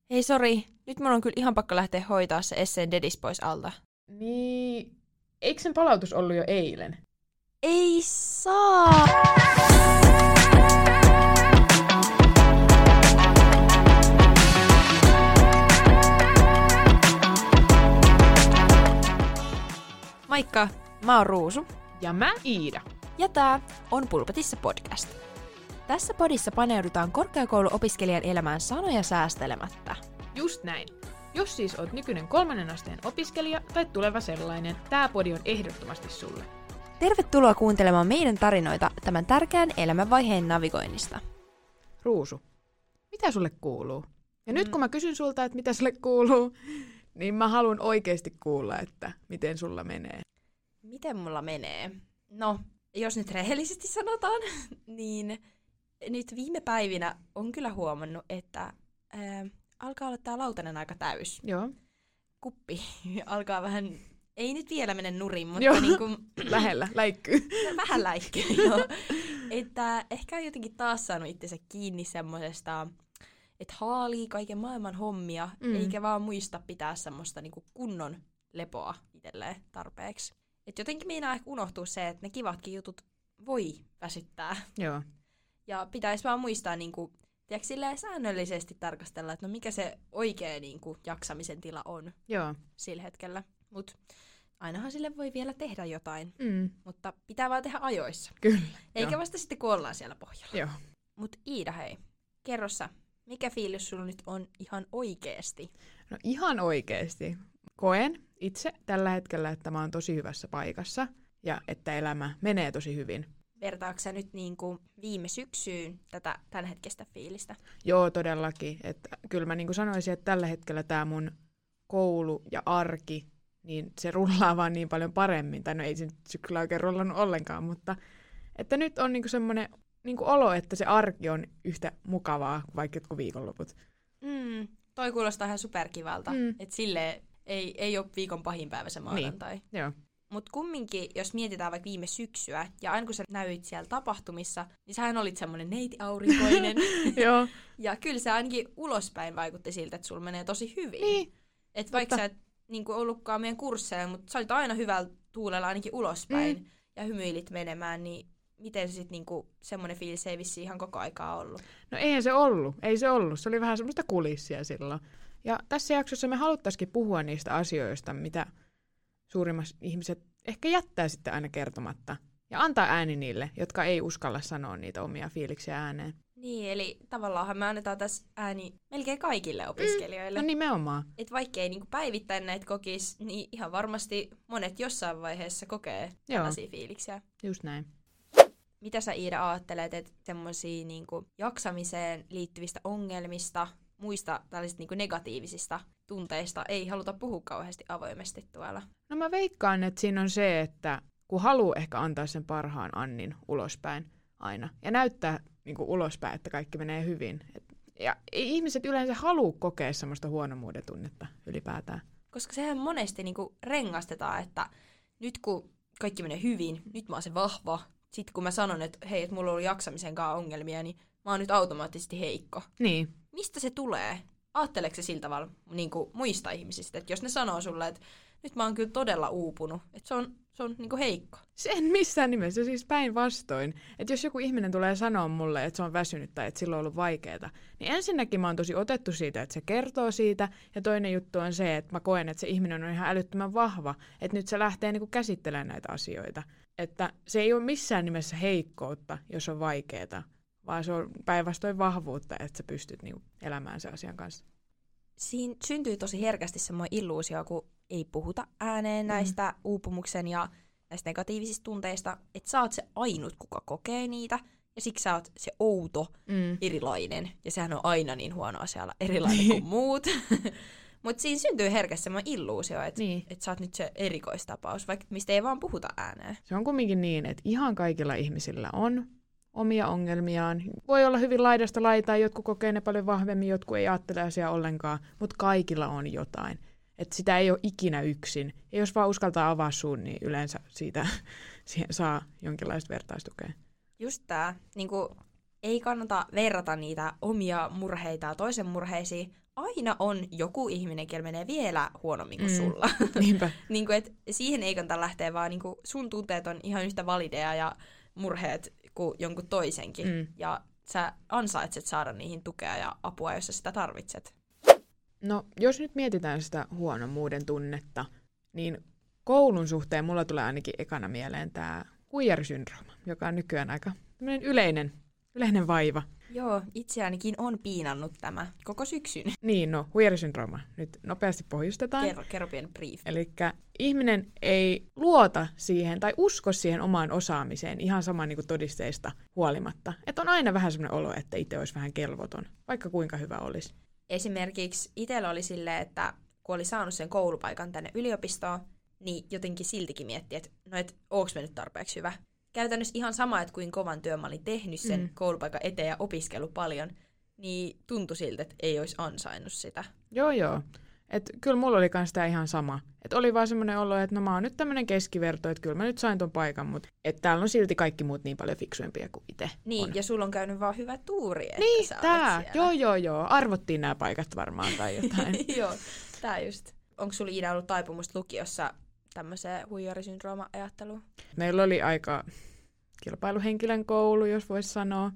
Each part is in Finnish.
Hei sori, nyt mun on kyllä ihan pakko lähteä hoitaa se Esseen dedis pois alta. Niin, eikö sen palautus ollut jo eilen? Ei saa! Moikka, mä oon Ruusu. Ja mä Iida. Ja tää on Pulpetissa podcast. Tässä podissa paneudutaan korkeakouluopiskelijan elämään sanoja säästelemättä. Just näin. Jos siis oot nykyinen 3. asteen opiskelija tai tuleva sellainen, tää podi on ehdottomasti sulle. Tervetuloa kuuntelemaan meidän tarinoita tämän tärkeän elämänvaiheen navigoinnista. Ruusu, mitä sulle kuuluu? Ja nyt kun mä kysyn sulta, että mitä sulle kuuluu, niin mä haluan oikeasti kuulla, että miten sulla menee. Miten mulla menee? No, jos nyt rehellisesti sanotaan, niin nyt viime päivinä on kyllä huomannut, että alkaa olla tää lautanen aika täys. Joo. Kuppi alkaa vähän, ei nyt vielä mene nurin, mutta niin kuin lähellä, läikkyy. Vähän läikkyy, joo. Että ehkä on jotenkin taas saanut itsensä kiinni semmosesta, että haalii kaiken maailman hommia, eikä vaan muista pitää semmoista niin kuin kunnon lepoa itselleen tarpeeksi. Että jotenkin meinaa ehkä unohtua se, että ne kivatkin jutut voi väsyttää. Joo. Ja pitäisi vaan muistaa niinku, säännöllisesti tarkastella, että no mikä se oikea niinku, jaksamisen tila on. Joo. Sillä hetkellä. Mut ainahan sille voi vielä tehdä jotain, mutta pitää vaan tehdä ajoissa. Kyllä. Eikä vasta sitten, kun ollaan siellä pohjalla. Joo. Mut Iida, hei, kerro sä, mikä fiilis sulla nyt on ihan oikeesti? No ihan oikeesti. Koen itse tällä hetkellä, että mä oon tosi hyvässä paikassa ja että elämä menee tosi hyvin. Vertaatko sä nyt niinku viime syksyyn tätä tämänhetkistä fiilistä? Joo, todellakin. Että kyllä mä niinku sanoisin, että tällä hetkellä tää mun koulu ja arki, niin se rullaa vaan niin paljon paremmin. Tai no ei se nyt syksyllä oikein rullannut ollenkaan, mutta että nyt on niinku semmoinen niinku olo, että se arki on yhtä mukavaa kuin vaikka jotkut viikonloput. Toi kuulostaa ihan superkivalta. Että silleen ei ole viikon pahin päivä se maanantai. Niin. Joo. Mutta kumminkin, jos mietitään vaikka viime syksyä, ja aina kun sä näyit siellä tapahtumissa, niin sähän olit semmoinen neiti aurinkoinen. Joo. Ja kyllä se ainakin ulospäin vaikutti siltä, että sulla menee tosi hyvin. Niin. Että vaikka sä et niinku ollutkaan meidän kursseilla, mutta sä olit aina hyvällä tuulella ainakin ulospäin, ja hymyilit menemään, niin miten se sitten niinku semmoinen fiilis ei vissiin ihan koko aikaa ollut? No eihän se ollut. Ei se ollut. Se oli vähän semmoista kulissia silloin. Ja tässä jaksossa me haluttaisikin puhua niistä asioista, mitä suurimmat ihmiset ehkä jättää sitten aina kertomatta. Ja antaa ääni niille, jotka ei uskalla sanoa niitä omia fiiliksiä ääneen. Niin, eli tavallaan me annetaan tässä ääni melkein kaikille opiskelijoille. No nimenomaan. Että vaikka ei niinku päivittäin näitä kokisi, niin ihan varmasti monet jossain vaiheessa kokee tällaisia fiiliksiä. Just näin. Mitä sä Iida ajattelet, että semmoisia niinku jaksamiseen liittyvistä ongelmista, muista tällaisista niinku negatiivisista tunteista ei haluta puhua kauheasti avoimesti tuolla? No mä veikkaan, että siinä on se, että kun haluaa ehkä antaa sen parhaan annin ulospäin aina ja näyttää niinku ulospäin, että kaikki menee hyvin. Ja ihmiset yleensä haluaa kokea semmoista huonomuuden tunnetta ylipäätään. Koska sehän monesti niinku rengastetaan, että nyt kun kaikki menee hyvin, nyt mä oon se vahva. Sitten kun mä sanon, että hei, että mulla on ollut jaksamisen kanssa ongelmia, niin mä oon nyt automaattisesti heikko. Niin. Mistä se tulee? Ajatteleeko se sillä tavalla niin kuin muista ihmisistä, että jos ne sanoo sulle, että nyt mä oon kyllä todella uupunut, että se on niin kuin heikko? Se en missään nimessä, siis päinvastoin. Että jos joku ihminen tulee sanoa mulle, että se on väsynyt tai että sillä on ollut vaikeaa, niin ensinnäkin mä oon tosi otettu siitä, että se kertoo siitä. Ja toinen juttu on se, että mä koen, että se ihminen on ihan älyttömän vahva, että nyt se lähtee niin kuin käsittelemään näitä asioita. Että se ei ole missään nimessä heikkoutta, jos on vaikeaa, vaan se on päinvastoin vahvuutta, että sä pystyt niinku elämään sen asian kanssa. Siinä syntyy tosi herkästi semmoinen illuusio, kun ei puhuta ääneen näistä uupumuksen ja näistä negatiivisista tunteista, että sä oot se ainut, kuka kokee niitä, ja siksi sä oot se outo, erilainen, ja sehän on aina niin huono asia erilainen kuin muut. Mutta siinä syntyy herkästi semmoinen illuusio, että et sä oot nyt se erikoistapaus, vaikka mistä ei vaan puhuta ääneen. Se on kumminkin niin, että ihan kaikilla ihmisillä on omia ongelmiaan. Voi olla hyvin laidasta laitaa, jotkut kokee ne paljon vahvemmin, jotkut ei ajattele asiaa ollenkaan, mutta kaikilla on jotain. Että sitä ei ole ikinä yksin. Ja jos vaan uskaltaa avaa suun, niin yleensä siihen saa jonkinlaista vertaistukea. Just tää. Ei kannata verrata niitä omia murheita toisen murheisiin, aina on joku ihminen, jolla menee vielä huonommin kuin sulla. Niinpä. Niin kuin, et siihen ei kannata lähteä, vaan niin kuin sun tunteet on ihan yhtä valideja ja murheet kuin jonkun toisenkin. Ja sä ansaitset saada niihin tukea ja apua, jos sä sitä tarvitset. No, jos nyt mietitään sitä huonommuuden tunnetta, niin koulun suhteen mulla tulee ainakin ekana mieleen tämä huijarisyndrooma, joka on nykyään aika yleinen vaiva. Joo, itseänikin on piinannut tämä koko syksyn. Niin, no, huijarisyndrooma. Nyt nopeasti pohjustetaan. Kerro pieni brief. Elikkä ihminen ei luota siihen tai usko siihen omaan osaamiseen ihan saman niin kuin todisteista huolimatta. Että on aina vähän semmoinen olo, että itse olisi vähän kelvoton, vaikka kuinka hyvä olisi. Esimerkiksi itsellä oli silleen, että kun oli saanut sen koulupaikan tänne yliopistoon, niin jotenkin siltikin mietti, että no et oonko mä nyt tarpeeksi hyvä. Käytännössä ihan sama, että kuin kovan työn mä olin tehnyt sen koulupaikan eteen ja opiskellut paljon, niin tuntui siltä, että ei olisi ansainnut sitä. Joo. Et kyllä mulla oli kans tää ihan sama. Et oli vaan semmoinen olo, että no mä oon nyt tämmönen keskiverto, että kyllä mä nyt sain ton paikan, mutta että täällä on silti kaikki muut niin paljon fiksuempia kuin itse. Niin, on. Ja sulla on käynyt vaan hyvä tuuri, että niin, sä tää. Siellä. Joo. Arvottiin nämä paikat varmaan tai jotain. Joo, tää just. Onko sulla Iida ollut taipumusta lukiossa tämmöiseen huijarisyndrooma-ajatteluun? Meillä oli aika kilpailuhenkilön koulu, jos voisi sanoa.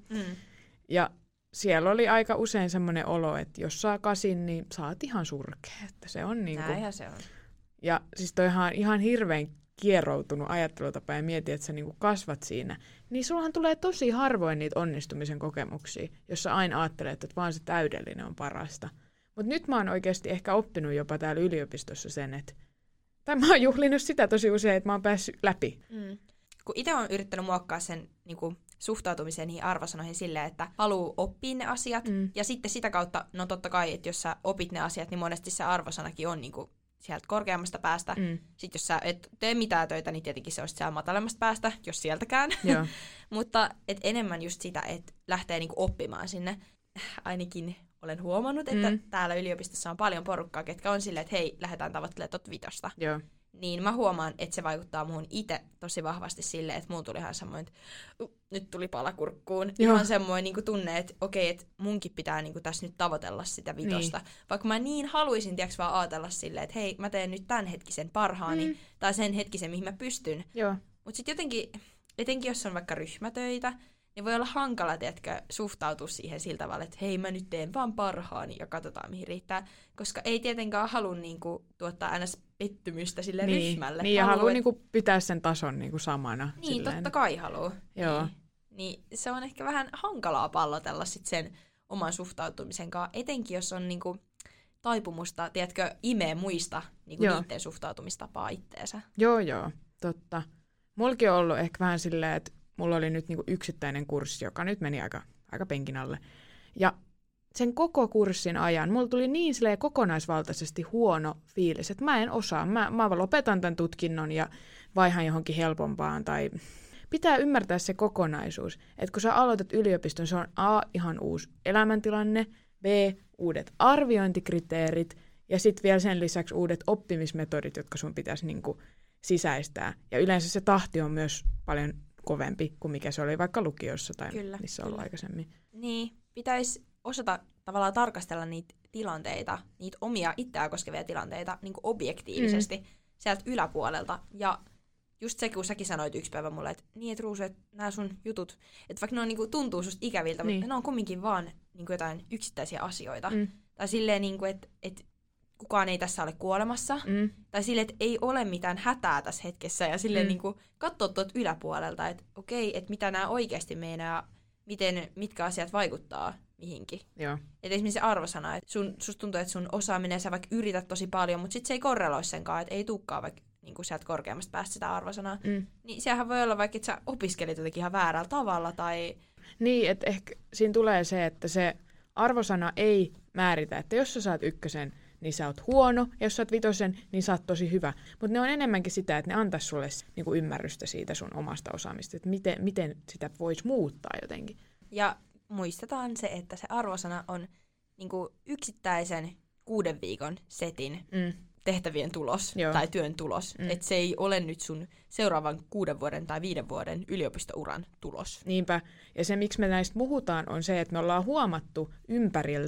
Ja siellä oli aika usein semmoinen olo, että jos saa 8, niin saat ihan surkea. Että se on niinku... Näinhän se on. Ja siis toihan ihan hirveän kieroutunut ajattelutapa ja mieti, että sä niinku kasvat siinä. Niin sullahan tulee tosi harvoin niitä onnistumisen kokemuksia, jos sä aina ajattelet, että vaan se täydellinen on parasta. Mutta nyt mä oon oikeasti ehkä oppinut jopa täällä yliopistossa sen, että... Tai mä oon juhlinut sitä tosi usein, että mä oon päässyt läpi. Kun itse olen yrittänyt muokkaa sen niin kuin, suhtautumisen niihin arvosanoihin silleen, että haluaa oppia ne asiat. Ja sitten sitä kautta, no totta kai, että jos sä opit ne asiat, niin monesti se arvosanakin on niin kuin, sieltä korkeammasta päästä. Sitten jos sä et tee mitään töitä, niin tietenkin se olisi siellä matalemmasta päästä, jos sieltäkään. Mutta et enemmän just sitä, että lähtee niin kuin, oppimaan sinne. Ainakin olen huomannut, että täällä yliopistossa on paljon porukkaa, ketkä on silleen, että hei, lähdetään tavoittelemaan tot 5. Joo. Niin mä huomaan, että se vaikuttaa muuhun itse tosi vahvasti silleen, että muun tuli ihan semmoinen, että nyt tuli palakurkkuun. Ihan semmoinen niin kuin tunne, että okei, että munkin pitää niin kuin tässä nyt tavoitella sitä 5. Niin. Vaikka mä niin haluaisin, tiiäks, vaan ajatella silleen, että hei, mä teen nyt tämän hetkisen parhaani, tai sen hetkisen, mihin mä pystyn. Mutta sitten jotenkin, etenkin jos on vaikka ryhmätöitä, niin voi olla hankala, tiedätkö, suhtautua siihen sillä tavalla, että hei, mä nyt teen vaan parhaani ja katsotaan, mihin riittää. Koska ei tietenkään halua niinku, tuottaa ns. Pettymystä sille ryhmälle. Niin, ja haluaa niinku pitää sen tason niinku samana. Niin, silleen. Totta kai haluaa. Joo. Niin se on ehkä vähän hankalaa pallotella sit sen oman suhtautumisen kanssa, etenkin jos on niinku taipumusta, tiedätkö, imee muista niinku niiden suhtautumistapaa itteensä. Joo, totta. Mullakin on ollut ehkä vähän silleen, että mulla oli nyt niinku yksittäinen kurssi, joka nyt meni aika penkin alle. Ja sen koko kurssin ajan mulla tuli niin silleen kokonaisvaltaisesti huono fiilis, että mä en osaa. Mä lopetan tämän tutkinnon ja vaihan johonkin helpompaan. Tai pitää ymmärtää se kokonaisuus. Että kun sä aloitat yliopiston, se on A, ihan uusi elämäntilanne, B, uudet arviointikriteerit ja sitten vielä sen lisäksi uudet oppimismetodit, jotka sun pitäisi niinku sisäistää. Ja yleensä se tahti on myös paljon kovempi kuin mikä se oli vaikka lukiossa tai missä on ollut aikaisemmin. Niin, pitäisi osata tavallaan tarkastella niitä tilanteita, niitä omia itseään koskevia tilanteita niin kuin objektiivisesti sieltä yläpuolelta. Ja just se, kun säkin sanoit yksi päivä mulle, että niin, että Ruusu, että nämä sun jutut, että vaikka ne on, niin kuin, tuntuu susta ikäviltä, mutta ne on kumminkin vaan niin kuin jotain yksittäisiä asioita. Tai silleen, niin kuin, että kukaan ei tässä ole kuolemassa. Tai silleen, että ei ole mitään hätää tässä hetkessä. Ja silleen niin kuin katsoa tuolta yläpuolelta, että okei, että mitä nämä oikeasti meinaa ja mitkä asiat vaikuttaa mihinkin. Joo. Että esimerkiksi se arvosana, että susta tuntuu, että sun osaaminen, sä vaikka yrität tosi paljon, mutta sitten se ei korreloi senkaan, että ei tulekaan vaikka niin kuin sieltä korkeammasta päästä sitä arvosanaa. Niin sehän voi olla vaikka, että sä opiskelit jotenkin ihan väärällä tavalla tai... Niin, että ehkä siinä tulee se, että se arvosana ei määritä, että jos sä saat 1, niin sä oot huono, ja jos sä oot 5, niin sä oot tosi hyvä. Mutta ne on enemmänkin sitä, että ne antaisi sulle niinku ymmärrystä siitä sun omasta osaamista, että miten sitä voisi muuttaa jotenkin. Ja muistetaan se, että se arvosana on niinku yksittäisen 6 viikon setin tehtävien tulos tai työn tulos. Että se ei ole nyt sun seuraavan 6 vuoden tai 5 vuoden yliopistouran tulos. Niinpä. Ja se, miksi me näistä puhutaan, on se, että me ollaan huomattu ympäriltä,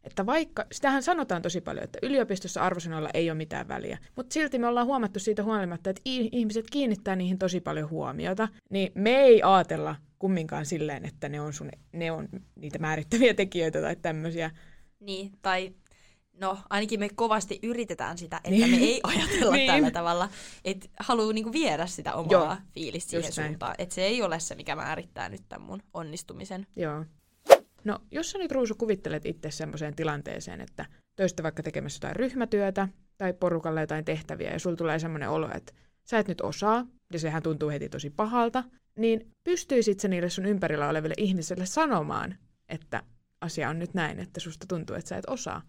että vaikka, sitähän sanotaan tosi paljon, että yliopistossa arvosanoilla ei ole mitään väliä, mutta silti me ollaan huomattu siitä huolimatta, että ihmiset kiinnittää niihin tosi paljon huomiota, niin me ei ajatella kumminkaan silleen, että ne on niitä määrittäviä tekijöitä tai tämmöisiä. Niin, tai no ainakin me kovasti yritetään sitä, että me ei ajatella tällä tavalla, että haluaa niinku viedä sitä omaa fiilistä siihen suuntaan, että se ei ole se, mikä määrittää nyt tämän mun onnistumisen. Joo. No, jos sä nyt, Ruusu, kuvittelet itse semmoiseen tilanteeseen, että toista vaikka tekemässä jotain ryhmätyötä tai porukalle jotain tehtäviä ja sulla tulee semmoinen olo, että sä et nyt osaa, ja sehän tuntuu heti tosi pahalta, niin pystyisit sä niille sun ympärillä oleville ihmisille sanomaan, että asia on nyt näin, että susta tuntuu, että sä et osaa?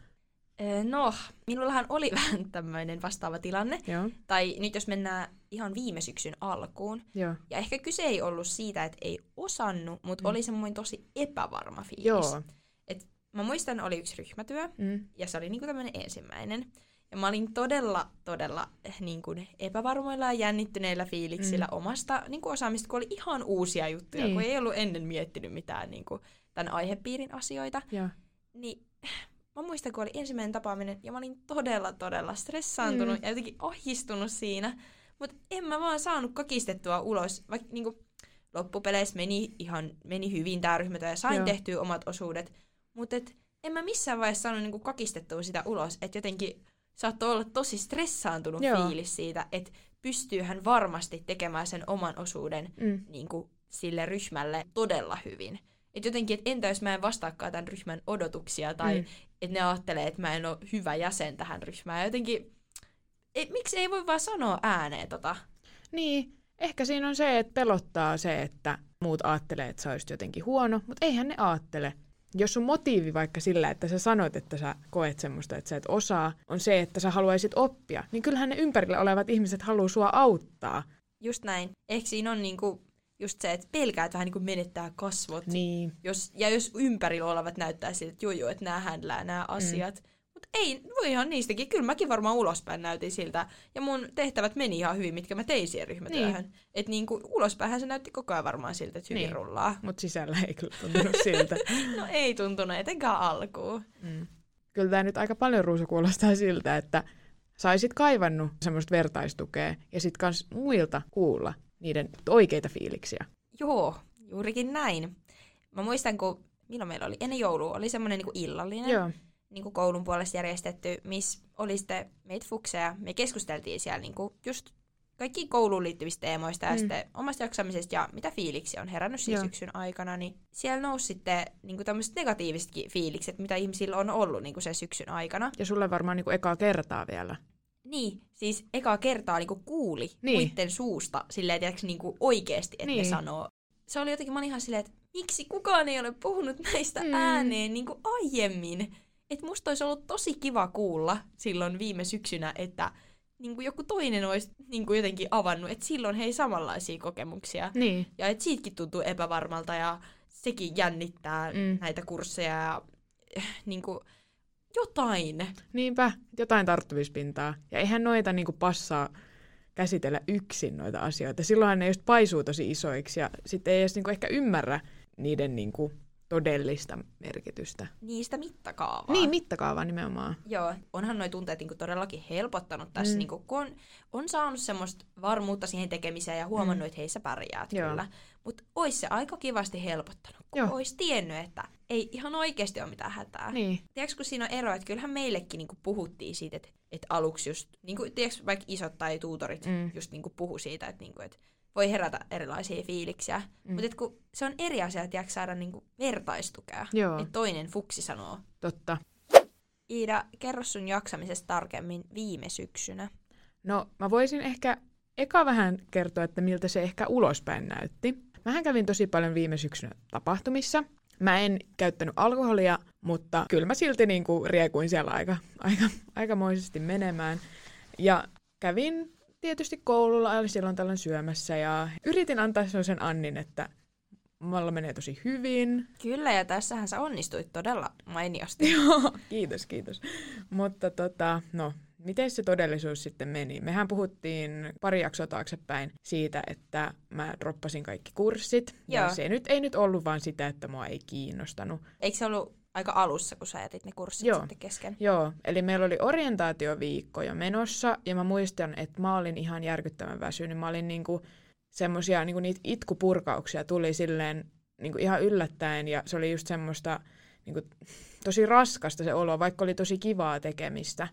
No, minullahan oli vähän tämmöinen vastaava tilanne. Joo. Tai nyt jos mennään ihan viime syksyn alkuun. Joo. Ja ehkä kyse ei ollut siitä, että ei osannut, mutta oli semmoinen tosi epävarma fiilis. Joo. Et mä muistan, oli yksi ryhmätyö, ja se oli niinku tämmöinen ensimmäinen. Ja mä olin todella niinku epävarmoilla ja jännittyneillä fiiliksillä omasta niinku osaamista, kun oli ihan uusia juttuja, kun ei ollut ennen miettinyt mitään niinku tämän aihepiirin asioita. Joo. Niin mä muistan, kun oli ensimmäinen tapaaminen, ja mä olin todella stressaantunut ja jotenkin ahdistunut siinä. Mutta en mä vaan saanut kakistettua ulos. Vaikka niinku loppupeleissä meni hyvin tää ryhmätyö ja sain tehtyä omat osuudet. Mutta en mä missään vaiheessa saanut niinku kakistettua sitä ulos. Että jotenkin saattoi olla tosi stressaantunut fiilis siitä, että pystyyhän varmasti tekemään sen oman osuuden niinku sille ryhmälle todella hyvin. Että jotenkin, että entä jos mä en vastaakaan tämän ryhmän odotuksia, tai että ne ajattelee, että mä en ole hyvä jäsen tähän ryhmään. Ja jotenkin, miksi ei voi vaan sanoa ääneen tota? Niin, ehkä siinä on se, että pelottaa se, että muut ajattelee, että sä olisit jotenkin huono, mutta eihän ne ajattele. Jos sun motiivi vaikka sillä, että sä sanot, että sä koet semmoista, että sä et osaa, on se, että sä haluaisit oppia, niin kyllähän ne ympärillä olevat ihmiset haluaa sua auttaa. Just näin. Ehkä siinä on niinku just se, että pelkäät vähän niin kuin menettää kasvot. Niin. Jos ympärillä olevat näyttää siltä, että joo, että nää händlää nämä asiat. Mutta ei, voihan niistäkin. Kyllä mäkin varmaan ulospäin näytin siltä. Ja mun tehtävät meni ihan hyvin, mitkä mä tein siihen ryhmätyöhön. Niin. Että niinku ulospäinhän se näytti koko ajan varmaan siltä, että hyvin rullaa. Mutta sisällä ei kyllä tuntunut siltä. No ei tuntunut, etenkään alkuun. Kyllä tämä nyt aika paljon, Ruusu, kuulostaa siltä, että saisit kaivannut semmoista vertaistukea ja sit kans muilta kuulla niiden oikeita fiiliksiä. Joo, juurikin näin. Mä muistan, kun milloin meillä oli ennen joulua, oli semmoinen niinku illallinen, niinku koulun puolesta järjestetty, missä oli sitten meitä fukseja. Me keskusteltiin siellä niinku just kaikkiin kouluun liittyvistä teemoista ja sitten omasta jaksamisesta ja mitä fiiliksiä on herännyt siinä syksyn aikana. Niin siellä nousi sitten niinku tämmöiset negatiivisetkin fiilikset, mitä ihmisillä on ollut niinku sen syksyn aikana. Ja sulle varmaan niinku ekaa kertaa vielä. Niin, siis ekaa kertaa niinku kuuli muiden suusta silleen, tiedätkö, niinku oikeesti, että ne sanoo. Se oli jotenkin, mä olin ihan silleen, että miksi kukaan ei ole puhunut näistä ääneen niinku aiemmin. Että musta olisi ollut tosi kiva kuulla silloin viime syksynä, että niinku joku toinen olisi niinku jotenkin avannut, että silloin he ei samanlaisia kokemuksia. Niin. Ja että siitäkin tuntuu epävarmalta ja sekin jännittää näitä kursseja ja niinku jotain. Niinpä, jotain tarttumispintaa. Ja eihän noita niinku passaa käsitellä yksin noita asioita. Silloinhan ne just paisuu tosi isoiksi ja sitten ei edes niinku ehkä ymmärrä niiden niinku todellista merkitystä. Niistä mittakaavaa. Niin, mittakaavaa nimenomaan. Joo, onhan noi tunteet niinku todellakin helpottanut tässä, niinku, kun on saanut semmoista varmuutta siihen tekemiseen ja huomannut, että hei sä pärjäät kyllä. Mutta ois se aika kivasti helpottanut, kun ois tiennyt, että ei ihan oikeasti ole mitään hätää. Niin. Tiedätkö, kun siinä on ero, että kyllähän meillekin niinku puhuttiin siitä, että aluksi just, niinku, tiedätkö, vaikka isot tai tuutorit just niinku puhu siitä, että niinku, et voi herätä erilaisia fiiliksiä. Mutta kun se on eri asia, että saada niinku vertaistukea. Että toinen fuksi sanoo. Totta. Iida, kerro sun jaksamisesta tarkemmin viime syksynä. No, mä voisin ehkä eka vähän kertoa, että miltä se ehkä ulospäin näytti. Mähän kävin tosi paljon viime syksynä tapahtumissa. Mä en käyttänyt alkoholia, mutta kyllä mä silti niinku riekuin siellä aikamoisesti menemään. Ja kävin tietysti koululla silloin tällöin syömässä ja yritin antaa sellaisen annin, että mulla menee tosi hyvin. Kyllä, ja tässähän sä onnistuit todella mainiosti. Joo, kiitos. Mutta no, miten se todellisuus sitten meni? Mehän puhuttiin pari jaksoa taaksepäin siitä, että mä droppasin kaikki kurssit. Ja se ei nyt ollut vaan sitä, että mua ei kiinnostanut. Eikö se ollut aika alussa, kun sä jätit ne kurssit sitten kesken. Joo, eli meillä oli orientaatioviikko jo menossa, ja mä muistan, että mä olin ihan järkyttävän väsynyt. Mä olin niinku semmosia, niinku niitä itkupurkauksia tuli silleen niinku ihan yllättäen, ja se oli just semmoista niinku tosi raskasta se olo, vaikka oli tosi kivaa tekemistä.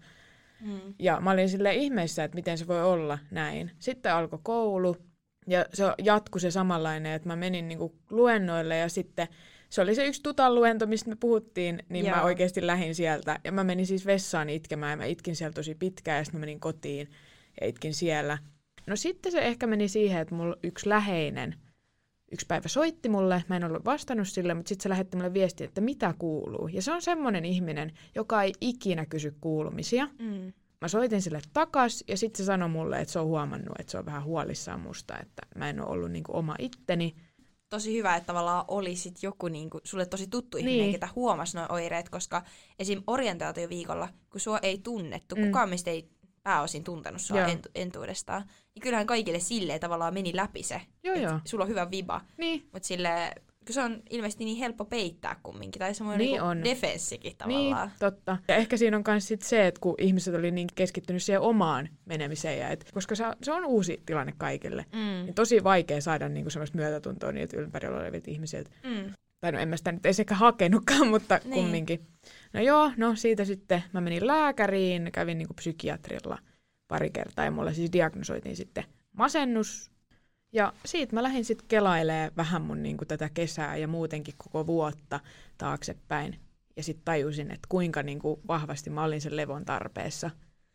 Ja mä olin silleen ihmeessä, että miten se voi olla näin. Sitten alkoi koulu, ja se jatkui se samanlainen, että mä menin niinku luennoille, ja sitten se oli se yksi tutan luento, mistä me puhuttiin, niin mä oikeasti lähdin sieltä. Ja mä menin siis vessaan itkemään, ja mä itkin siellä tosi pitkään, ja sitten mä menin kotiin ja itkin siellä. No sitten se ehkä meni siihen, että mulla yksi läheinen yksi päivä soitti mulle, mä en ollut vastannut sille, mutta sitten se lähetti mulle viestiä, että mitä kuuluu. Ja se on semmoinen ihminen, joka ei ikinä kysy kuulumisia. Mä soitin sille takas, ja sitten se sanoi mulle, että se on huomannut, että se on vähän huolissaan musta, että mä en ole ollut niinku oma itteni. Tosi hyvä, että tavallaan olisit joku niinku, sulle tosi tuttu ihminen, ketä huomasi nuo oireet, koska esim. Orientaatioviikolla, kun sua ei tunnettu, kukaan meistä ei pääosin tuntenut sua entuudestaan, niin kyllähän kaikille silleen tavallaan meni läpi se, että sulla on hyvä viba. Niin. Mutta silleen, kun se on ilmeisesti niin helppo peittää kumminkin, tai semmoinen niin defenssikin tavallaan. Niin, totta. Ja ehkä siinä on myös sit se, että kun ihmiset oli niin keskittynyt siihen omaan menemiseen, ja koska se on uusi tilanne kaikille, niin tosi vaikea saada niinku semmoista myötätuntoa niiltä ympärillä olevilta ihmisiltä. Tai no en mä sitä nyt ei sekä hakenutkaan, mutta kumminkin. No siitä sitten mä menin lääkäriin, kävin niinku psykiatrilla pari kertaa, ja mulle siis diagnosoitiin sitten masennus. Ja siitä mä lähdin sitten kelailemaan vähän mun niinku tätä kesää ja muutenkin koko vuotta taaksepäin. Ja sitten tajusin, että kuinka niinku vahvasti mä olin sen levon tarpeessa.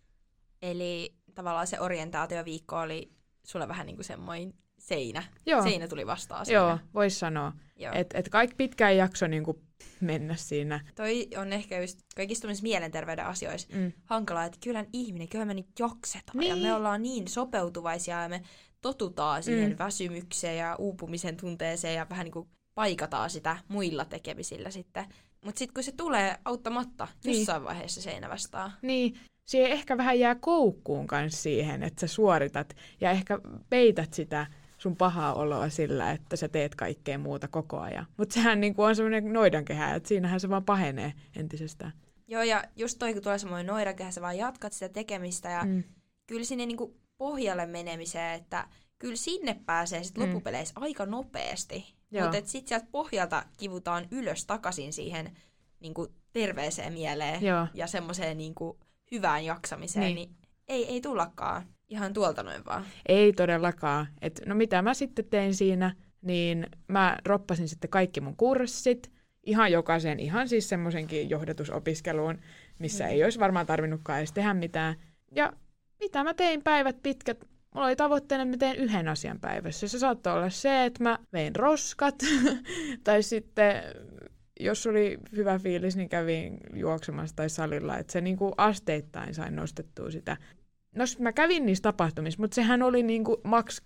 Eli tavallaan se orientaatioviikko oli sulle vähän niin kuin semmoinen seinä. Seinä tuli vastaan siinä. Joo, vois sanoa. Että kaikki pitkään jakso niinku mennä siinä. Toi on ehkä just kaikissa tämmöisissä mielenterveyden asioissa hankalaa, että kyllä me nyt jaksetaan. Niin. Ja me ollaan niin sopeutuvaisia ja me totutaan siihen väsymykseen ja uupumisen tunteeseen ja vähän niin kuin paikataan sitä muilla tekemisillä sitten. Mutta sitten kun se tulee auttamatta, jossain vaiheessa seinä vastaan. Niin, siihen ehkä vähän jää koukkuun kanssa siihen, että sä suoritat ja ehkä peität sitä sun pahaa oloa sillä, että sä teet kaikkea muuta koko ajan. Mutta sehän niinku on semmoinen noidankehä, että siinähän se vaan pahenee entisestään. Joo, ja just toi, kun tulee semmoinen noidankehä, sä vaan jatkat sitä tekemistä ja kyllä sinne niinku pohjalle menemiseen, että kyllä sinne pääsee sit loppupeleissä aika nopeasti. Mutta sitten sieltä pohjalta kivutaan ylös takaisin siihen niinku terveeseen mieleen ja semmoiseen niinku hyvään jaksamiseen, niin ei tullakaan ihan tuolta noin vaan. Ei todellakaan. No mitä mä sitten tein siinä, niin mä roppasin sitten kaikki mun kurssit, ihan jokaisen, ihan siis semmoisenkin johdatusopiskeluun, missä ei olisi varmaan tarvinnutkaan edes tehdä mitään. Ja mitä mä tein päivät pitkät? Mulla oli tavoitteena, että mä teen yhden asian päivässä. Se saattoi olla se, että mä vein roskat, tai sitten jos oli hyvä fiilis, niin kävin juoksemassa tai salilla. Että se niinku asteittain sain nostettua sitä. No mä kävin niissä tapahtumissa, mutta sehän oli niinku maks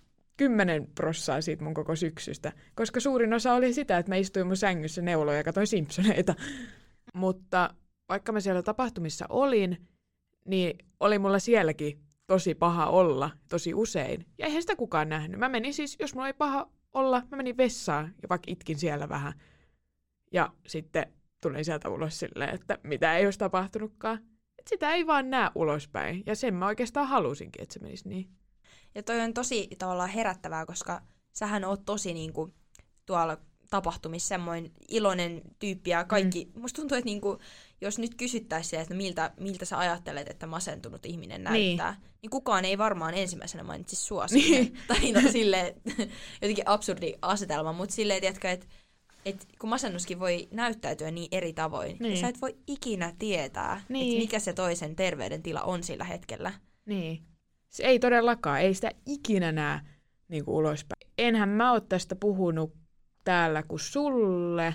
10% siitä mun koko syksystä. Koska suurin osa oli sitä, että mä istuin mun sängyssä neuloja ja katsoin Simpsoneita. Mutta vaikka mä siellä tapahtumissa olin, niin oli mulla sielläkin tosi paha olla tosi usein. Ja eihän sitä kukaan nähnyt. Mä menin siis, jos mulla ei paha olla, mä menin vessaan ja vaikka itkin siellä vähän. Ja sitten tulin sieltä ulos silleen, että mitä ei olisi tapahtunutkaan. Että sitä ei vaan näe ulospäin. Ja sen mä oikeastaan halusinkin, että se menisi niin. Ja toi on tosi tavallaan herättävää, koska sähän oot tosi niinku tuolla tapahtumissa semmoinen iloinen tyyppi ja kaikki. Musta tuntuu, että niinku, jos nyt kysyttäisiin, että miltä sä ajattelet, että masentunut ihminen näyttää, niin kukaan ei varmaan ensimmäisenä mainitsisi sua siihen. Tai no silleen, jotenkin absurdi asetelma, mutta silleen, tiedätkö, että kun masennuskin voi näyttäytyä niin eri tavoin, niin sä et voi ikinä tietää, että mikä se toisen terveydentila on sillä hetkellä. Niin. Se ei todellakaan, ei sitä ikinä näe niin kuin ulospäin. Enhän mä ole tästä puhunut täällä kuin sulle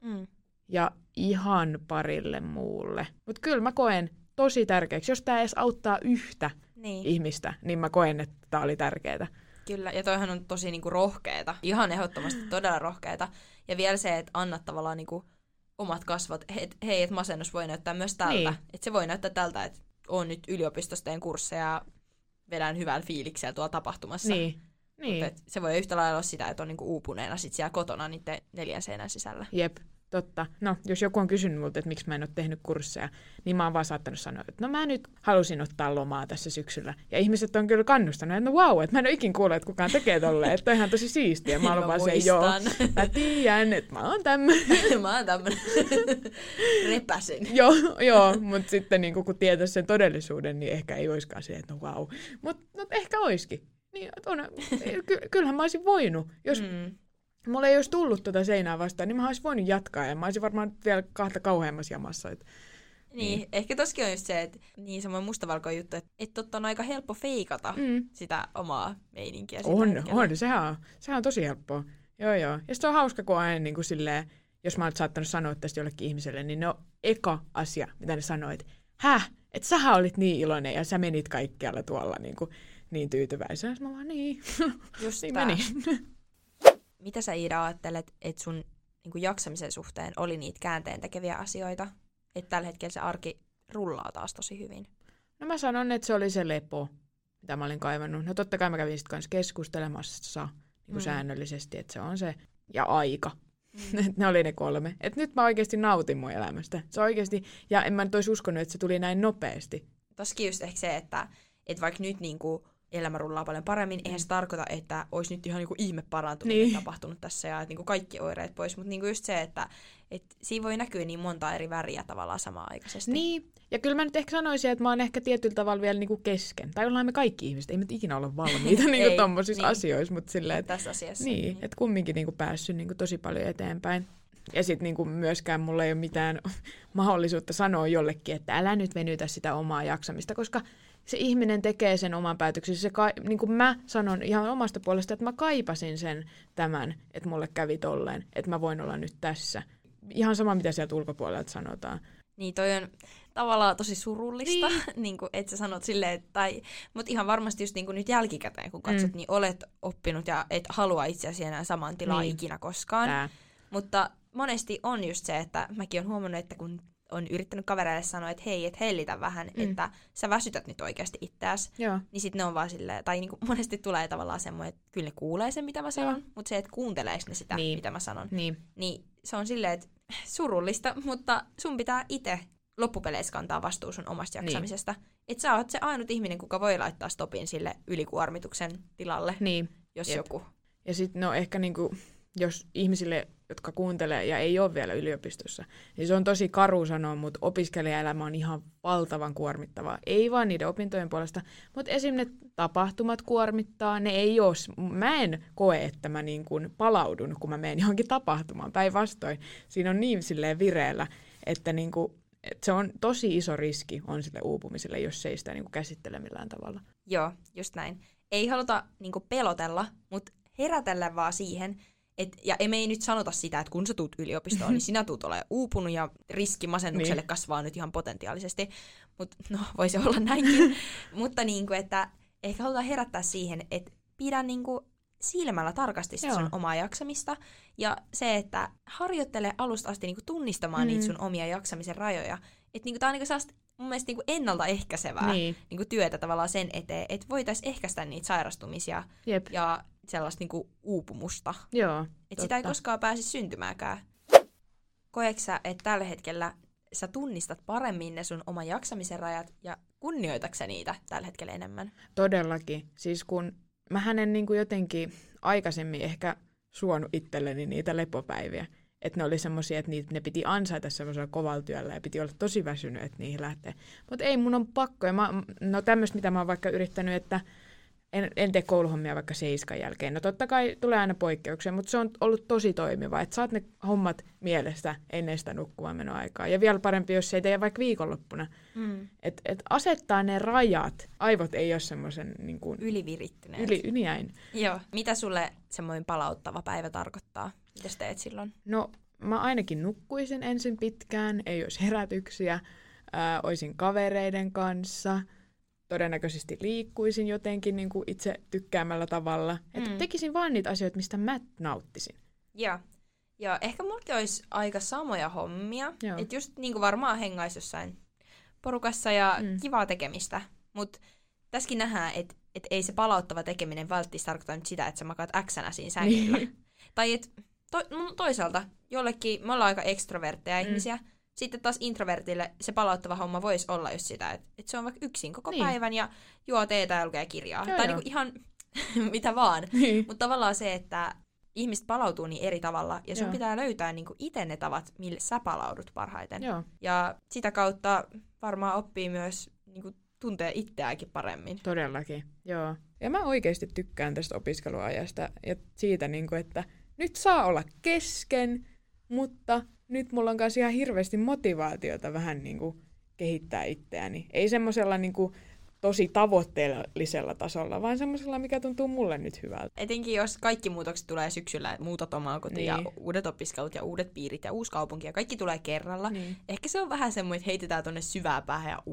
ja ihan parille muulle. Mutta kyllä mä koen tosi tärkeäksi. Jos tää edes auttaa yhtä ihmistä, niin mä koen, että tää oli tärkeää. Kyllä, ja toihan on tosi niinku rohkeeta. Ihan ehdottomasti todella rohkeeta. Ja vielä se, että annat tavallaan niinku omat kasvot. Hei, että masennus voi näyttää myös tältä. Niin. Että se voi näyttää tältä, että oon nyt yliopistossa teen kursseja, vedän hyvän fiiliksellä tuolla tapahtumassa. Niin. Se voi yhtä lailla olla sitä, että on niinku uupuneena sit siellä kotona niiden 4 seinän sisällä. Jep, totta. No, jos joku on kysynyt multa, että miksi mä en ole tehnyt kursseja, niin mä oon vaan saattanut sanoa, että no mä nyt halusin ottaa lomaa tässä syksyllä. Ja ihmiset on kyllä kannustanut, että no vau, että mä en ole ikin kuullut, että kukaan tekee tolleen, että on ihan tosi siistiä. Mä oon vaan se, joo, mä tiedän, että mä oon tämmönen. Mä oon tämmönen. Repäsen. Joo, mutta sitten niin kun tietäisi sen todellisuuden, niin ehkä ei oiskaan se, että no vau. Mutta ehkä oiskin. Niin, kyllähän mä olisin voinut, jos mulla ei olisi tullut tuota seinää vastaan, niin mä olisin voinut jatkaa ja mä olisin varmaan vielä kahta kauheammassa jamassa. Niin, ehkä toskin on just se, että niin semmoinen mustavalkoinen juttu, että totta on aika helppo feikata sitä omaa meininkiä. On, sehän on tosi helppoa. Joo. Ja se on hauska, kun aina niin kuin silleen, jos mä oon saattanut sanoa tästä jollekin ihmiselle, niin ne on eka asia, mitä ne sanoo, että että sähän olit niin iloinen ja sä menit kaikkialla tuolla niin tyytyväisenä. Mä vaan niin, just niin meni. Mitä sä, Iida, ajattelet, että sun niin kuin jaksamisen suhteen oli niitä käänteentekeviä asioita? Että tällä hetkellä se arki rullaa taas tosi hyvin. No mä sanon, että se oli se lepo, mitä mä olin kaivannut. No totta kai mä kävin sit kanssa keskustelemassa niin kuin säännöllisesti, että se on se, ja aika. Ne oli ne 3. Että nyt mä oikeasti nautin mun elämästä. Se oikeasti, ja en mä nyt olisi uskonut, että se tuli näin nopeasti. Toskin just ehkä se, että vaikka nyt niinku elämä rullaa paljon paremmin, eihän se tarkoita, että olisi nyt ihan niinku ihme parantuminen tapahtunut tässä ja että niinku kaikki oireet pois. Mutta niinku just se, että siinä voi näkyä niin monta eri väriä tavallaan samanaikaisesti. Niin, ja kyllä mä nyt ehkä sanoisin, että mä oon ehkä tietyllä tavalla vielä niinku kesken. Tai ollaan me kaikki ihmiset, ei me ikinä olla valmiita niinku tommosissa asioissa. Mutta silleen, tässä asiassa. Niin, että kumminkin niinku päässyt niinku tosi paljon eteenpäin. Ja sitten niinku myöskään mulla ei ole mitään mahdollisuutta sanoa jollekin, että älä nyt venytä sitä omaa jaksamista, koska se ihminen tekee sen oman päätöksensä. Niin kuin mä sanon ihan omasta puolesta, että mä kaipasin tämän, että mulle kävi tolleen, että mä voin olla nyt tässä. Ihan sama, mitä sieltä ulkopuolelta sanotaan. Niin, toi on tavallaan tosi surullista, niin kuin, että sä sanot silleen, mutta ihan varmasti just niin kuin nyt jälkikäteen, kun katsot, niin olet oppinut ja et halua itse asiassa enää saman tilaa ikinä koskaan. Mutta monesti on just se, että mäkin olen huomannut, että kun on yrittänyt kavereille sanoa, että hei, et hellitä vähän, että sä väsytät nyt oikeasti itseäsi, niin sitten ne on vaan silleen, tai niinku monesti tulee tavallaan semmoinen, että kyllä ne kuulee sen, mitä mä sanon, mutta se, että kuunteleeko ne sitä, mitä mä sanon, niin se on silleen, että surullista, mutta sun pitää itse loppupeleissä kantaa vastuu sun omasta jaksamisesta. Että sä oot se ainut ihminen, kuka voi laittaa stopin sille ylikuormituksen tilalle, jos joku. Ja sitten no ehkä niinku, jos ihmisille, jotka kuuntelee ja ei ole vielä yliopistossa, niin se on tosi karu sanoa, mutta opiskelijaelämä on ihan valtavan kuormittavaa. Ei vaan niiden opintojen puolesta, mutta esimerkiksi ne tapahtumat kuormittaa, ne ei ole. Mä en koe, että mä niin kuin palaudun, kun mä menen johonkin tapahtumaan. Päinvastoin siinä on niin silleen vireellä, että niin kuin, että se on tosi iso riski on sille uupumiselle, jos ei sitä niin kuin käsittele millään tavalla. Joo, just näin. Ei haluta niin kuin pelotella, mutta herätellä vaan siihen. Ja me ei nyt sanota sitä, että kun sä tuut yliopistoon, niin sinä tuut olemaan uupunut ja riski masennukselle kasvaa nyt ihan potentiaalisesti. Mutta no, voisi olla näinkin. Mutta niin kuin, että ehkä halutaan herättää siihen, että pidä niin kuin silmällä tarkasti sun omaa jaksamista. Ja se, että harjoittele alusta asti niin kuin tunnistamaan niitä sun omia jaksamisen rajoja. Että niin kuin, tää on niin kuin sellaista mun mielestä niin kuin ennaltaehkäisevää niin kuin työtä tavallaan sen eteen, että voitaisiin ehkäistä niitä sairastumisia ja sellaista niin kuin uupumusta. Joo, että sitä ei koskaan pääse syntymäänkään. Koetko sä, että tällä hetkellä sä tunnistat paremmin ne sun oman jaksamisen rajat ja kunnioitatko sä niitä tällä hetkellä enemmän? Todellakin. Siis kun mähän en niin kuin jotenkin aikaisemmin ehkä suonut itselleni niitä lepopäiviä. Että ne oli semmoisia, että ne piti ansaita semmoisella kovalla työllä ja piti olla tosi väsynyt, että niihin lähtee. Mutta ei, mun on pakko. No tämmöistä, mitä mä oon vaikka yrittänyt, että en tee kouluhommia vaikka 7 jälkeen. No totta kai tulee aina poikkeuksia, mutta se on ollut tosi toimiva. Että saat ne hommat mielestä ennen sitä nukkumaan menoaikaa. Ja vielä parempi, jos ei tee vaikka viikonloppuna. Että asettaa ne rajat. Aivot ei ole semmoisen niin kuin ylivirittyneet. Yliäin. Joo. Mitä sulle semmoinen palauttava päivä tarkoittaa? Mitä teet silloin? No mä ainakin nukkuisin ensin pitkään. Ei olisi herätyksiä. Oisin kavereiden kanssa. Todennäköisesti liikkuisin jotenkin niin kuin itse tykkäämällä tavalla. Että tekisin vaan niitä asioita, mistä mä nauttisin. Joo, ehkä mullakin olisi aika samoja hommia. Että just niin kuin varmaan hengaisi jossain porukassa ja kivaa tekemistä. Mutta tässäkin nähdään, että ei se palauttava tekeminen välttämättä tarkoita nyt sitä, että sä makaat äksänä siinä sängyllä. Tai että toisaalta jollekin, me ollaan aika ekstrovertteja ihmisiä, sitten taas introvertille se palauttava homma voisi olla just sitä, että se on vaikka yksin koko päivän ja juo teetä ja lukee kirjaa. Tai niinku ihan mitä vaan. Mutta tavallaan se, että ihmiset palautuu niin eri tavalla ja sun pitää löytää niinku itse ne tavat, mille sä palaudut parhaiten. Ja sitä kautta varmaan oppii myös niinku tuntee itseäänkin paremmin. Todellakin, joo. Ja mä oikeasti tykkään tästä opiskeluajasta ja siitä, niinku, että nyt saa olla kesken, mutta nyt mulla on kanssa ihan hirveästi motivaatiota vähän niinku kehittää itseäni. Ei semmoisella niinku tosi tavoitteellisella tasolla, vaan semmoisella, mikä tuntuu mulle nyt hyvältä. Etenkin jos kaikki muutokset tulee syksyllä, että muutat omaa kotiin ja uudet opiskelut ja uudet piirit ja uusi kaupunki ja kaikki tulee kerralla. Ehkä se on vähän semmoinen, että heitetään tonne syvää päähän ja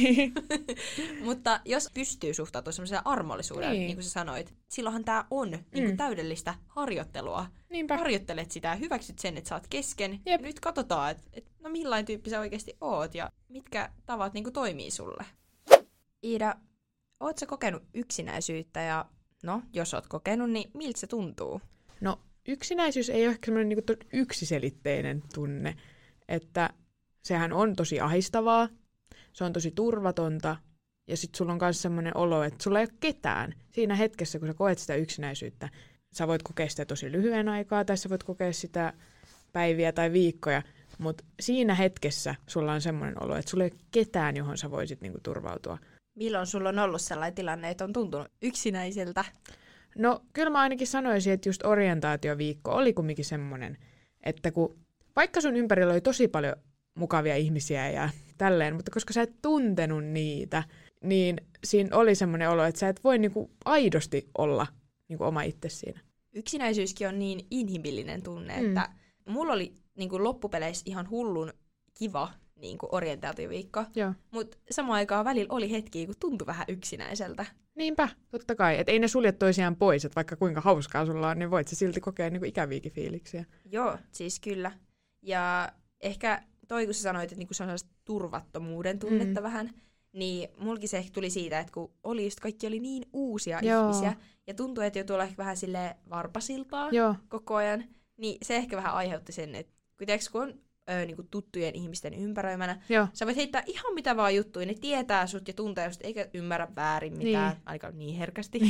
Mutta jos pystyy suhtautumaan semmoisella armollisuudella, niin kuin sä sanoit, silloinhan tää on niin kuin täydellistä harjoittelua. Niinpä. Harjoittelet sitä ja hyväksyt sen, että sä oot kesken. Ja nyt katsotaan, että no millainen tyyppi sä oikeasti oot ja mitkä tavat niin kuin toimii sulle. Iida, oot sä kokenut yksinäisyyttä ja no, jos oot kokenut, niin miltä se tuntuu? No, yksinäisyys ei ole ehkä semmoinen niin yksiselitteinen tunne, että sehän on tosi ahistavaa, se on tosi turvatonta ja sit sulla on myös semmoinen olo, että sulla ei ole ketään siinä hetkessä, kun sä koet sitä yksinäisyyttä. Sä voit kokea sitä tosi lyhyen aikaa tai sä voit kokea sitä päiviä tai viikkoja, mutta siinä hetkessä sulla on semmoinen olo, että sulla ei ole ketään, johon sä voisit niinku turvautua. Milloin sulla on ollut sellainen tilanne, että on tuntunut yksinäiseltä? No kyllä mä ainakin sanoisin, että just orientaatioviikko oli kumminkin semmoinen, että kun vaikka sun ympärillä oli tosi paljon mukavia ihmisiä ja tälleen, mutta koska sä et tuntenut niitä, niin siinä oli semmoinen olo, että sä et voi niinku aidosti olla niinku oma itse siinä. Yksinäisyyskin on niin inhimillinen tunne, että mulla oli niinku loppupeleissä ihan hullun kiva niinku orientaatioviikko, mutta samaan aikaan välillä oli hetkiä, kun tuntui vähän yksinäiseltä. Niinpä, totta kai. Että ei ne sulje toisiaan pois, että vaikka kuinka hauskaa sulla on, niin voit sä silti kokea niinku ikäviäkin fiiliksiä. Joo, siis kyllä. Ja ehkä toi, kun sä sanoit, että niinku se on sellaista turvattomuuden tunnetta vähän, niin mulkin se ehkä tuli siitä, että kun oli just kaikki oli niin uusia ihmisiä, ja tuntui, että joutuu olla ehkä vähän silleen varpasiltaa koko ajan, niin se ehkä vähän aiheutti sen, että kun on niinku tuttujen ihmisten ympäröimänä, sä voit heittää ihan mitä vaan juttuja, ne tietää sut ja tuntee sut, eikä ymmärrä väärin mitään, aika niin herkästi,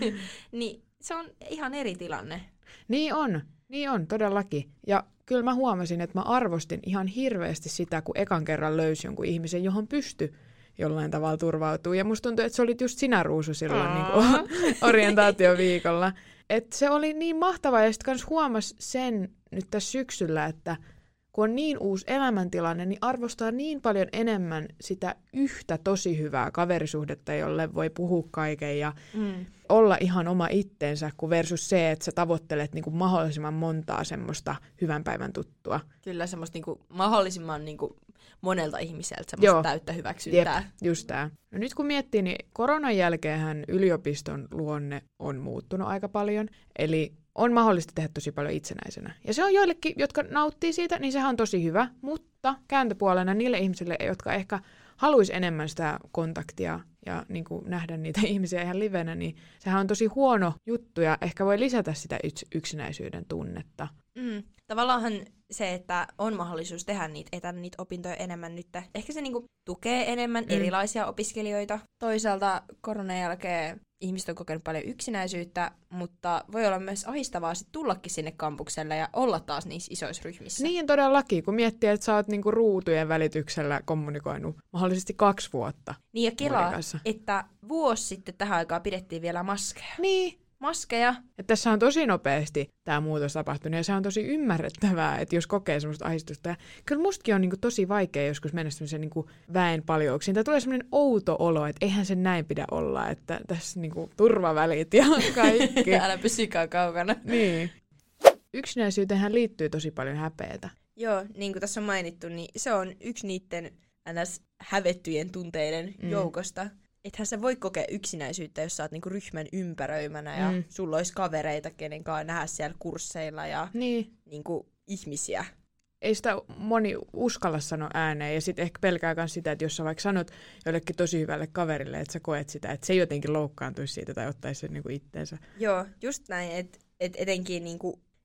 niin se on ihan eri tilanne. Niin on, todellakin. Ja kyllä mä huomasin, että mä arvostin ihan hirveästi sitä, kun ekan kerran löysi jonkun ihmisen, johon pystyi jollain tavalla turvautuu. Ja musta tuntui, että se olit just sinä, Ruusu, silloin niin orientaatioviikolla. Että se oli niin mahtavaa, ja sitten kans huomasi sen nyt tässä syksyllä, että kun on niin uusi elämäntilanne, niin arvostaa niin paljon enemmän sitä yhtä tosi hyvää kaverisuhdetta, jolle voi puhua kaiken ja olla ihan oma itteensä, kuin versus se, että sä tavoittelet niinku mahdollisimman montaa semmoista hyvän päivän tuttua. Kyllä, semmoista niinku mahdollisimman niinku monelta ihmiseltä semmoista täyttä hyväksyntää. Jep, just tää. No nyt kun miettii, niin koronan jälkeenhän yliopiston luonne on muuttunut aika paljon, eli on mahdollista tehdä tosi paljon itsenäisenä. Ja se on joillekin, jotka nauttii siitä, niin sehän on tosi hyvä, mutta kääntöpuolena niille ihmisille, jotka ehkä haluaisi enemmän sitä kontaktia ja niin kuin nähdä niitä ihmisiä ihan livenä, niin sehän on tosi huono juttu ja ehkä voi lisätä sitä yksinäisyyden tunnetta. Tavallaanhan se, että on mahdollisuus tehdä niitä opintoja enemmän nyt, ehkä se niinku tukee enemmän erilaisia opiskelijoita. Toisaalta koronan jälkeen ihmiset on kokenut paljon yksinäisyyttä, mutta voi olla myös ahdistavaa sit tullakin sinne kampukselle ja olla taas niissä isoissa ryhmissä. Niin todellakin, kun miettii, että sä oot niinku ruutujen välityksellä kommunikoinut mahdollisesti 2 vuotta. Niin ja kelaa, että vuosi sitten tähän aikaan pidettiin vielä maskeja. Niin. Maskeja. Että tässä on tosi nopeasti tämä muutos tapahtunut ja se on tosi ymmärrettävää, että jos kokee semmoista ahdistusta. Ja kyllä mustakin on niinku tosi vaikea joskus mennä semmoisen niinku väenpaljouksiin. Tää tulee semmoinen outo olo, että eihän sen näin pidä olla, että tässä niinku turvavälit ja kaikki. Älä pysykään kaukana. Niin. Yksinäisyyteenhän liittyy tosi paljon häpeätä. Joo, niin kuin tässä on mainittu, niin se on yksi niiden ns. Hävettyjen tunteiden joukosta. Ethän sä voi kokea yksinäisyyttä, jos sä oot niinku ryhmän ympäröimänä ja sulla olisi kavereita, kenen kanssa nähdä siellä kursseilla ja niinku ihmisiä. Ei sitä moni uskalla sanoa ääneen ja sitten ehkä pelkää myös sitä, että jos sä vaikka sanot jollekin tosi hyvälle kaverille, että sä koet sitä, että se jotenkin loukkaantuisi siitä tai ottaisi sen niinku itteensä. Joo, just näin, että etenkin niinku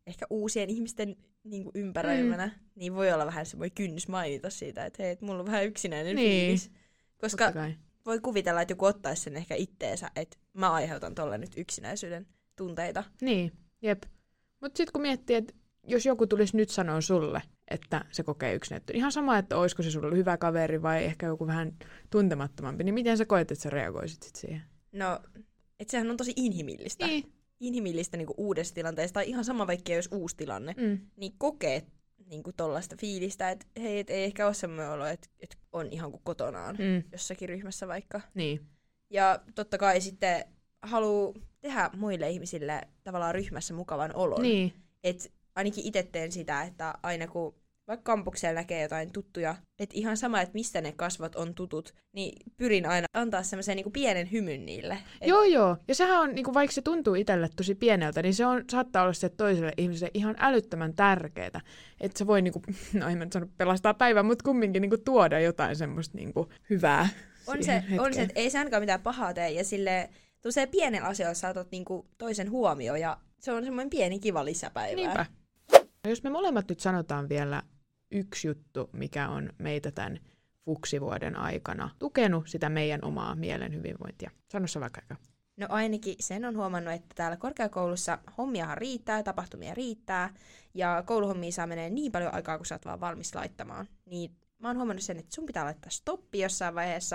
ehkä uusien ihmisten niin kuin ympäröimänä, niin voi olla vähän semmoinen kynnys mainita siitä, että hei, et mulla on vähän yksinäinen fiilis. Koska voi kuvitella, että joku ottaisi sen ehkä itteensä, että mä aiheutan tolle nyt yksinäisyyden tunteita. Niin, jep. Mutta sitten kun miettii, että jos joku tulisi nyt sanoa sulle, että se kokee yksinäisyyttä, ihan sama, että olisiko se sulle hyvä kaveri vai ehkä joku vähän tuntemattomampi, niin miten sä koet, että sä reagoisit sit siihen? No, että sehän on tosi inhimillistä. Niin. Inhimillistä niin kuin uudessa tilanteessa, tai ihan sama vaikka jos uusi tilanne, niin kokee niin kuin tollaista fiilistä, että hei, et ei ehkä ole semmoinen olo, että on ihan kuin kotonaan jossakin ryhmässä vaikka. Niin. Ja totta kai sitten haluaa tehdä muille ihmisille tavallaan ryhmässä mukavan olon. Niin. Että ainakin itse teen sitä, että aina kun vaikka kampuksella näkee jotain tuttuja, että ihan sama, että mistä ne kasvot on tutut, niin pyrin aina antaa semmoisen niin kuin pienen hymyn niille. Joo. Ja sehän on, niin kuin vaikka se tuntuu itselle tosi pieneltä, niin se on, saattaa olla se toiselle ihmiselle ihan älyttömän tärkeää. Että se voi, niin kuin, no en mä nyt sano pelastaa päivän, mutta kumminkin niin kuin tuoda jotain semmoista niin kuin hyvää on se, että ei se ainakaan mitään pahaa tee. Ja silleen, tuollaisella pienen asioilla saatat niin kuin toisen huomioon ja se on semmoinen pieni kiva lisäpäivä. Niinpä. Jos me molemmat nyt sanotaan vielä yksi juttu, mikä on meitä tämän fuksivuoden aikana tukenut sitä meidän omaa mielen hyvinvointia. Sano sä vaikka aika. No ainakin sen on huomannut, että täällä korkeakoulussa hommiahan riittää, tapahtumia riittää, ja kouluhommia saa menee niin paljon aikaa, kun sä oot vaan valmis laittamaan. Niin mä oon huomannut sen, että sun pitää laittaa stoppi jossain vaiheessa,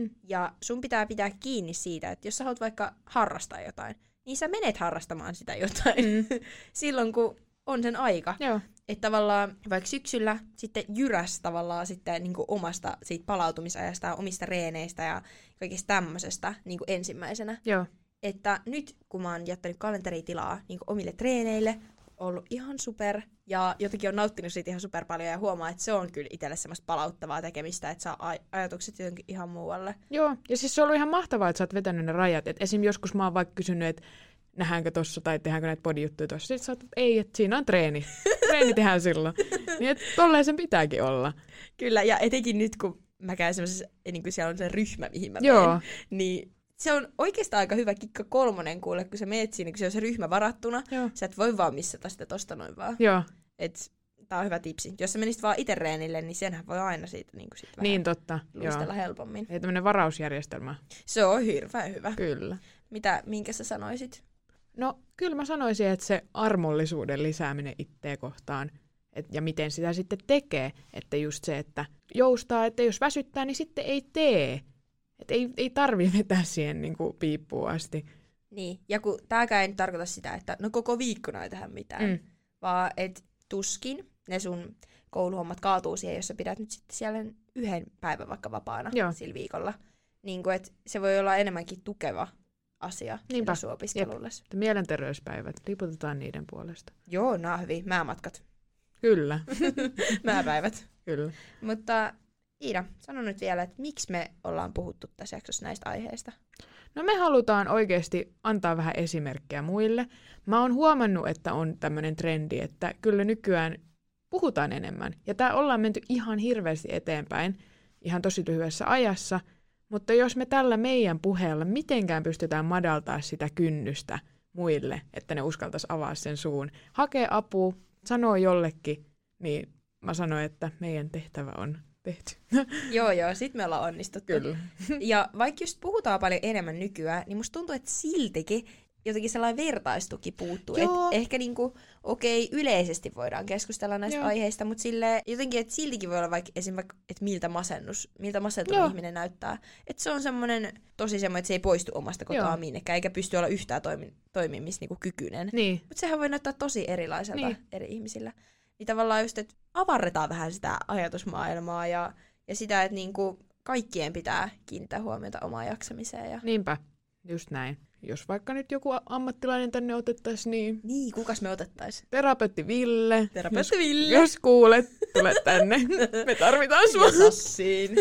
ja sun pitää pitää kiinni siitä, että jos sä haluat vaikka harrastaa jotain, niin sä menet harrastamaan sitä jotain silloin, kun on sen aika. Joo. Että tavallaan vaikka syksyllä sitten jyräs tavallaan sitten niin kuin omasta siitä palautumisajasta, omista reeneistä ja kaikista tämmöisestä niin kuin ensimmäisenä. Joo. Että nyt kun mä oon jättänyt kalenteritilaa niin kuin omille treeneille, ollut ihan super ja jotenkin on nauttinut siitä ihan super paljon ja huomaa, että se on kyllä itselle semmoista palauttavaa tekemistä, että saa ajatukset jotenkin ihan muualle. Joo, ja siis se on ollut ihan mahtavaa, että sä oot vetänyt ne rajat. Et esim. Joskus mä oon vaikka kysynyt, että nähdäänkö tossa tai tehdäänkö näitä podijuttuja tossa. Sitten sä oot, että ei, että siinä on treeni. Treeni tehdään silloin. Niin että tolleen sen pitääkin olla. Kyllä, ja etenkin nyt kun mä käyn semmoisessa, niin kuin siellä on se ryhmä, mihin mä menen, niin se on oikeastaan aika hyvä kikka 3 kuule, kun sä meet siinä, kun se on se ryhmä varattuna. Joo. Sä et voi vaan missata sitä tosta noin vaan. Joo. Et tää on hyvä tipsi. Jos sä menisit vaan ite reenille, niin senhän voi aina siitä niin sit vähän niin, totta. luistella helpommin. Ei tämmönen varausjärjestelmä. Se on hirveän hyvä. Kyllä. Minkä sä sanoisit? No, kyllä mä sanoisin, että se armollisuuden lisääminen itteen kohtaan, ja miten sitä sitten tekee, että just se, että joustaa, että jos väsyttää, niin sitten ei tee. Että ei tarvitse vetää siihen niin kuin piippuun asti. Niin, ja kun tääkään ei nyt tarkoita sitä, että no koko viikkona ei tehdä mitään, vaan että tuskin ne sun kouluhommat kaatuu siihen, jos sä pidät nyt sitten siellä 1 päivän vaikka vapaana sillä viikolla. Niin kuin, että se voi olla enemmänkin tukeva asia sun opiskelulle. Mielenterveyspäivät, liputetaan niiden puolesta. Joo, nää on hyviä. Määmatkat. Kyllä. Määpäivät. Kyllä. Mutta Iida, sano nyt vielä, että miksi me ollaan puhuttu tässä jaksossa näistä aiheista? No me halutaan oikeasti antaa vähän esimerkkejä muille. Mä oon huomannut, että on tämmöinen trendi, että kyllä nykyään puhutaan enemmän. Ja tää ollaan menty ihan hirveästi eteenpäin, ihan tosi lyhyessä ajassa. Mutta jos me tällä meidän puheella mitenkään pystytään madaltaa sitä kynnystä muille, että ne uskaltaisi avaa sen suun, hakee apua, sanoo jollekin, niin mä sanoin, että meidän tehtävä on tehty. Joo, sit me ollaan onnistuttu. Kyllä. Ja vaikka just puhutaan paljon enemmän nykyään, niin musta tuntuu, että siltikin jotenkin sellainen vertaistuki puuttuu. Et ehkä niinku, yleisesti voidaan keskustella näistä aiheista, mutta silleen, jotenkin, että siltikin voi olla vaikka esimerkiksi, että miltä masentunut ihminen näyttää. Että se on tosi semmoinen, että se ei poistu omasta kotoa minnekään, eikä pysty olla yhtään toimimiskykyinen. Niin. Mutta sehän voi näyttää tosi erilaiselta eri ihmisillä. Niin tavallaan just, että avarretaan vähän sitä ajatusmaailmaa ja sitä, että niinku kaikkien pitää kiinnittää huomiota omaan jaksamiseen. Niinpä, just näin. Jos vaikka nyt joku ammattilainen tänne otettaisiin, niin... Niin, kukas me otettaisiin? Terapeutti Ville. Ville. Jos kuulet, tule tänne. Me tarvitaan sua. Ja Sassiin.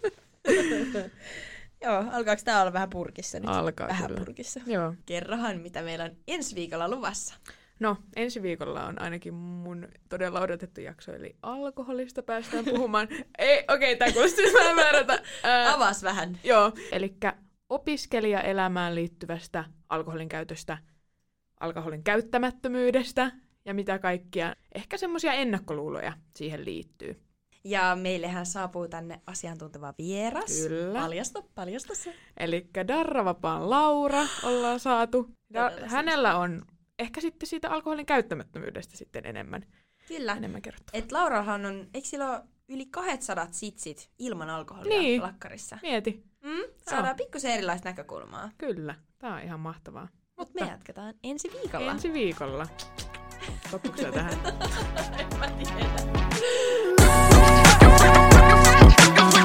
Joo, alkaako tää olla vähän purkissa nyt? Alkaa vähän kyllä. Purkissa. Joo. Kerrohan, mitä meillä on ensi viikolla luvassa. No, ensi viikolla on ainakin mun todella odotettu jakso, eli alkoholista päästään puhumaan. Tää kuulostaa vähän väärältä. Avas vähän. Joo, elikkä opiskelijaelämään liittyvästä alkoholin käytöstä, alkoholin käyttämättömyydestä ja mitä kaikkia. Ehkä semmoisia ennakkoluuloja siihen liittyy. Ja meillehän saapuu tänne asiantunteva vieras. Kyllä. Paljasta se. Elikkä Darravapaan Laura ollaan saatu. Hänellä on ehkä sitten siitä alkoholin käyttämättömyydestä sitten enemmän kerrottavaa. Et Laurahan on, eikö sillä ole yli 200 sitsit ilman alkoholia niin. lakkarissa? Mieti. Saadaan pikkusen erilaista näkökulmaa. Kyllä, tää on ihan mahtavaa. Mutta me jatketaan ensi viikolla. Ensi viikolla. Loppuuko sä tähän? En mä tiedä.